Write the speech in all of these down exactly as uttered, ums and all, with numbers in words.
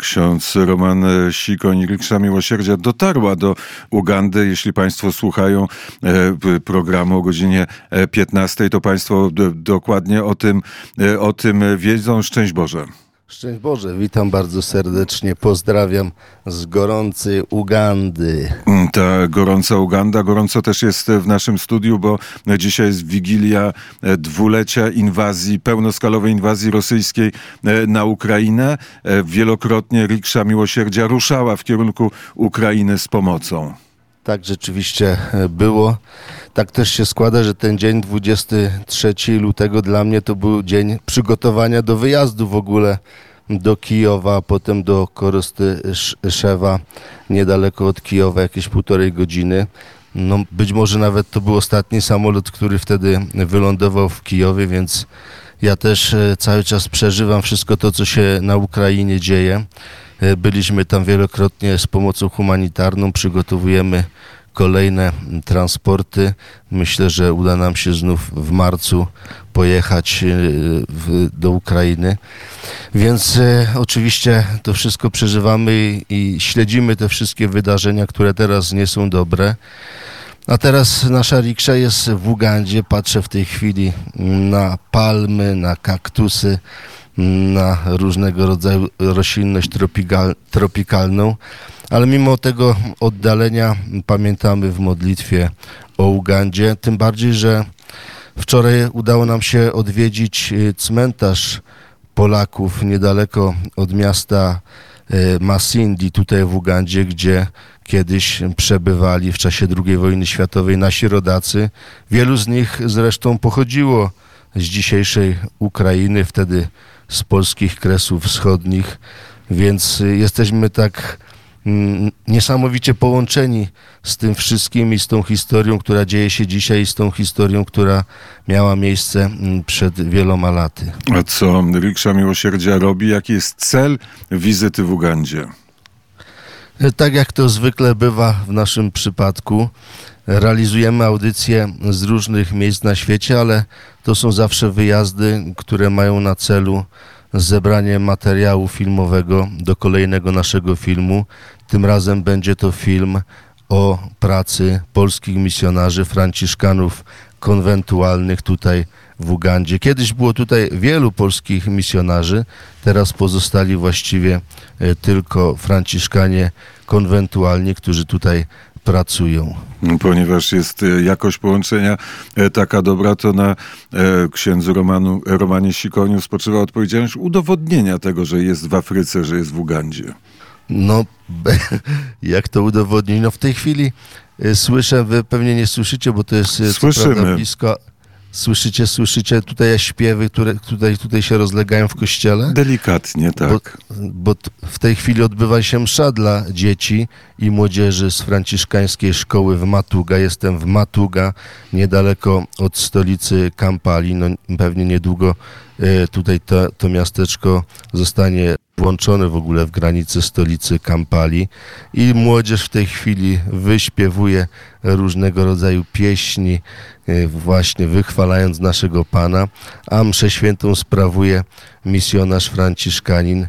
Ksiądz Roman Sikoń, Riksza Miłosierdzia dotarła do Ugandy. Jeśli państwo słuchają programu o godzinie piętnastej, to państwo dokładnie o tym, o tym wiedzą. Szczęść Boże. Szczęść Boże, witam bardzo serdecznie, pozdrawiam z gorącej Ugandy. Ta gorąca Uganda, gorąco też jest w naszym studiu, bo dzisiaj jest wigilia dwulecia inwazji, pełnoskalowej inwazji rosyjskiej na Ukrainę. Wielokrotnie Riksza Miłosierdzia ruszała w kierunku Ukrainy z pomocą. Tak rzeczywiście było. Tak też się składa, że ten dzień dwudziestego trzeciego lutego dla mnie to był dzień przygotowania do wyjazdu w ogóle do Kijowa, a potem do Korostyszewa, niedaleko od Kijowa, jakieś półtorej godziny. No, być może nawet to był ostatni samolot, który wtedy wylądował w Kijowie, więc ja też cały czas przeżywam wszystko to, co się na Ukrainie dzieje. Byliśmy tam wielokrotnie z pomocą humanitarną, przygotowujemy kolejne transporty. Myślę, że uda nam się znów w marcu pojechać w, do Ukrainy. Więc e, oczywiście to wszystko przeżywamy i, i śledzimy te wszystkie wydarzenia, które teraz nie są dobre. A teraz nasza riksza jest w Ugandzie. Patrzę w tej chwili na palmy, na kaktusy, na różnego rodzaju roślinność tropikal, tropikalną, ale mimo tego oddalenia pamiętamy w modlitwie o Ugandzie, tym bardziej, że wczoraj udało nam się odwiedzić cmentarz Polaków niedaleko od miasta Masindi, tutaj w Ugandzie, gdzie kiedyś przebywali w czasie drugiej wojny światowej nasi rodacy. Wielu z nich zresztą pochodziło z dzisiejszej Ukrainy, wtedy z polskich Kresów Wschodnich, więc jesteśmy tak mm, niesamowicie połączeni z tym wszystkim i z tą historią, która dzieje się dzisiaj, i z tą historią, która miała miejsce mm, przed wieloma laty. A co Riksza Miłosierdzia robi? Jaki jest cel wizyty w Ugandzie? Tak jak to zwykle bywa w naszym przypadku, realizujemy audycje z różnych miejsc na świecie, ale to są zawsze wyjazdy, które mają na celu zebranie materiału filmowego do kolejnego naszego filmu. Tym razem będzie to film o pracy polskich misjonarzy, franciszkanów konwentualnych tutaj w Ugandzie. Kiedyś było tutaj wielu polskich misjonarzy, teraz pozostali właściwie tylko franciszkanie konwentualni, którzy tutaj pracują. Ponieważ jest jakość połączenia taka dobra, to na księdzu Romanu, Romanie Sikoniu spoczywa odpowiedzialność udowodnienia tego, że jest w Afryce, że jest w Ugandzie. No, jak to udowodnić? No w tej chwili słyszę, wy pewnie nie słyszycie, bo to jest Słyszymy. Co prawda blisko. Słyszycie, słyszycie tutaj śpiewy, które tutaj, tutaj się rozlegają w kościele? Delikatnie, tak. Bo, bo w tej chwili odbywa się msza dla dzieci i młodzieży z franciszkańskiej szkoły w Matuga. Jestem w Matuga, niedaleko od stolicy Kampali. No, pewnie niedługo y, tutaj to, to miasteczko zostanie włączone w ogóle w granice stolicy Kampali i młodzież w tej chwili wyśpiewuje różnego rodzaju pieśni, właśnie wychwalając naszego Pana, a mszę świętą sprawuje misjonarz franciszkanin,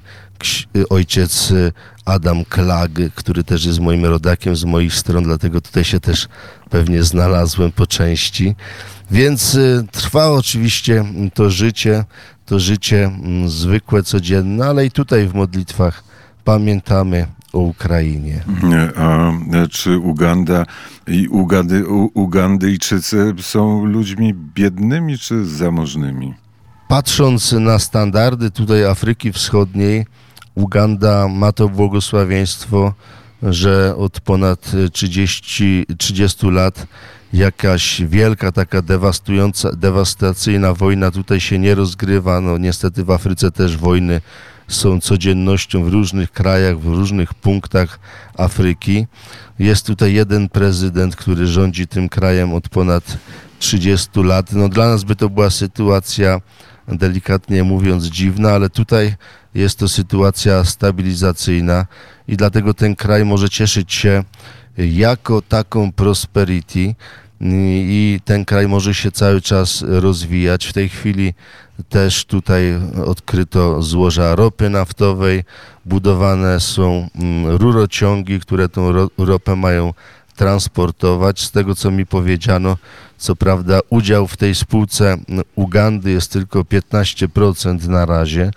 ojciec Adam Klag, który też jest moim rodakiem z moich stron, dlatego tutaj się też pewnie znalazłem po części. Więc trwa oczywiście to życie, to życie zwykłe, codzienne, ale i tutaj w modlitwach pamiętamy o Ukrainie. A czy Uganda i Ugady, Ugandyjczycy są ludźmi biednymi czy zamożnymi? Patrząc na standardy tutaj Afryki Wschodniej, Uganda ma to błogosławieństwo, że od ponad trzydziestu lat jakaś wielka, taka dewastująca, dewastacyjna wojna tutaj się nie rozgrywa. No niestety w Afryce też wojny są codziennością w różnych krajach, w różnych punktach Afryki. Jest tutaj jeden prezydent, który rządzi tym krajem od ponad trzydziestu lat. No dla nas by to była sytuacja, delikatnie mówiąc, dziwna, ale tutaj jest to sytuacja stabilizacyjna i dlatego ten kraj może cieszyć się jako taką prosperity, i ten kraj może się cały czas rozwijać. W tej chwili też tutaj odkryto złoża ropy naftowej, budowane są rurociągi, które tą ro- ropę mają transportować. Z tego, co mi powiedziano, co prawda udział w tej spółce Ugandy jest tylko piętnaście procent na razie.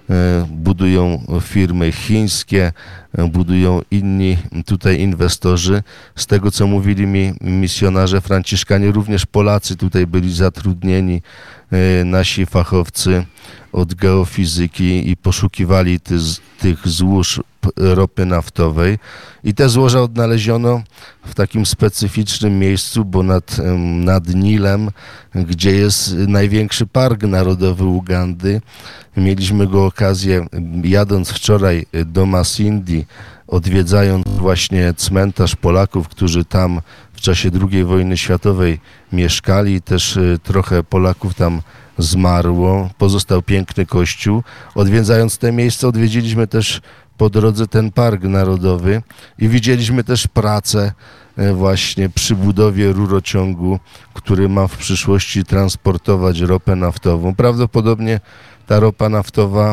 Budują firmy chińskie, budują inni tutaj inwestorzy. Z tego, co mówili mi misjonarze franciszkanie, również Polacy tutaj byli zatrudnieni, nasi fachowcy od geofizyki i poszukiwali ty, tych złóż ropy naftowej. I te złoża odnaleziono w takim specyficznym miejscu, bo nad, nad Nilem, gdzie jest największy park narodowy Ugandy. Mieliśmy go okazję, jadąc wczoraj do Masindi, odwiedzając właśnie cmentarz Polaków, którzy tam w czasie drugiej wojny światowej mieszkali. Też trochę Polaków tam zmarło. Pozostał piękny kościół. Odwiedzając te miejsce, odwiedziliśmy też po drodze ten park narodowy i widzieliśmy też pracę właśnie przy budowie rurociągu, który ma w przyszłości transportować ropę naftową. Prawdopodobnie ta ropa naftowa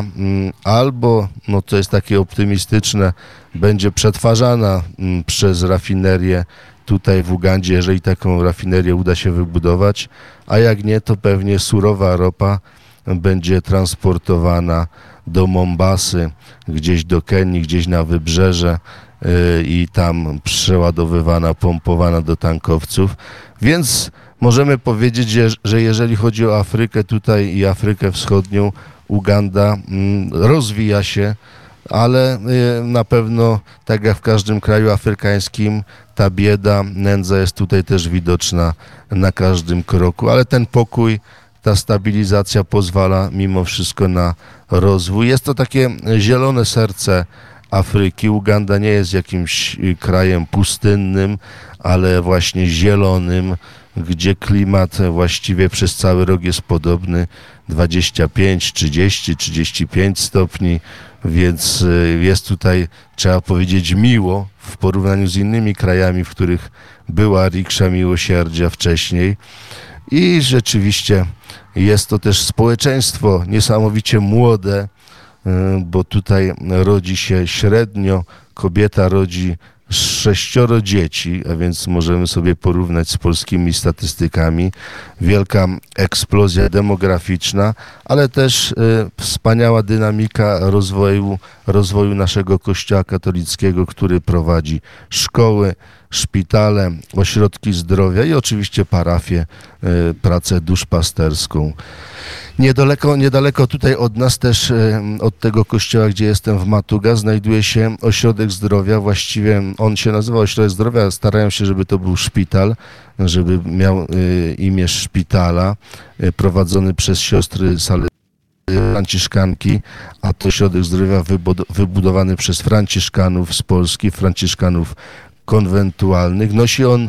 albo, no to jest takie optymistyczne, będzie przetwarzana przez rafinerię tutaj w Ugandzie, jeżeli taką rafinerię uda się wybudować, a jak nie, to pewnie surowa ropa będzie transportowana do Mombasy, gdzieś do Kenii, gdzieś na wybrzeże yy, i tam przeładowywana, pompowana do tankowców. Więc możemy powiedzieć, że, że jeżeli chodzi o Afrykę tutaj i Afrykę Wschodnią, Uganda mm, rozwija się, ale yy, na pewno, tak jak w każdym kraju afrykańskim, ta bieda, nędza jest tutaj też widoczna na każdym kroku, ale ten pokój, ta stabilizacja pozwala mimo wszystko na rozwój. Jest to takie zielone serce Afryki. Uganda nie jest jakimś krajem pustynnym, ale właśnie zielonym, gdzie klimat właściwie przez cały rok jest podobny, dwadzieścia pięć, trzydzieści, trzydzieści pięć stopni, więc jest tutaj, trzeba powiedzieć, miło w porównaniu z innymi krajami, w których była riksza miłosierdzia wcześniej. I rzeczywiście jest to też społeczeństwo niesamowicie młode, bo tutaj rodzi się średnio, kobieta rodzi sześcioro dzieci, a więc możemy sobie porównać z polskimi statystykami. Wielka eksplozja demograficzna, ale też y, wspaniała dynamika rozwoju, rozwoju naszego Kościoła katolickiego, który prowadzi szkoły, szpitale, ośrodki zdrowia i oczywiście parafię, y, pracę duszpasterską. Niedaleko, niedaleko tutaj od nas też, od tego kościoła, gdzie jestem w Matuga, znajduje się ośrodek zdrowia. Właściwie on się nazywa ośrodek zdrowia. Starają się, żeby to był szpital, żeby miał imię szpitala, prowadzony przez siostry Sale franciszkanki, a to ośrodek zdrowia wybudowany przez franciszkanów z Polski, franciszkanów konwentualnych. Nosi on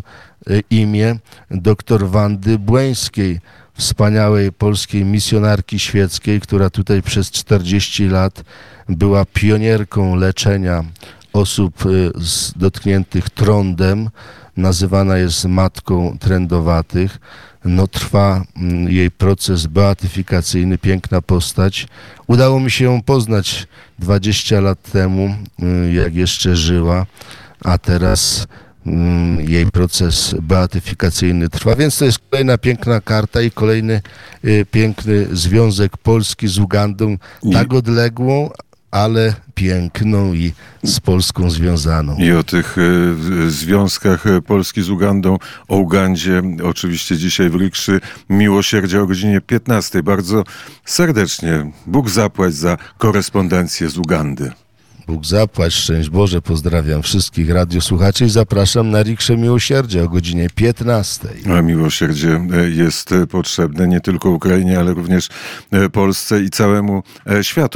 imię dr Wandy Błeńskiej, wspaniałej polskiej misjonarki świeckiej, która tutaj przez czterdzieści lat była pionierką leczenia osób dotkniętych trądem. Nazywana jest matką trędowatych. No, trwa jej proces beatyfikacyjny, piękna postać. Udało mi się ją poznać dwadzieścia lat temu, jak jeszcze żyła, a teraz jej proces beatyfikacyjny trwa, więc to jest kolejna piękna karta i kolejny y, piękny związek Polski z Ugandą, tak odległą, ale piękną i z Polską związaną. I o tych y, związkach Polski z Ugandą, o Ugandzie oczywiście dzisiaj w Rikszy Miłosierdzia o godzinie piętnastej. Bardzo serdecznie Bóg zapłać za korespondencję z Ugandy. Bóg zapłać, szczęść Boże, pozdrawiam wszystkich radiosłuchaczy i zapraszam na Rikszę Miłosierdzia o godzinie piętnastej. A miłosierdzie jest potrzebne nie tylko Ukrainie, ale również Polsce i całemu światu.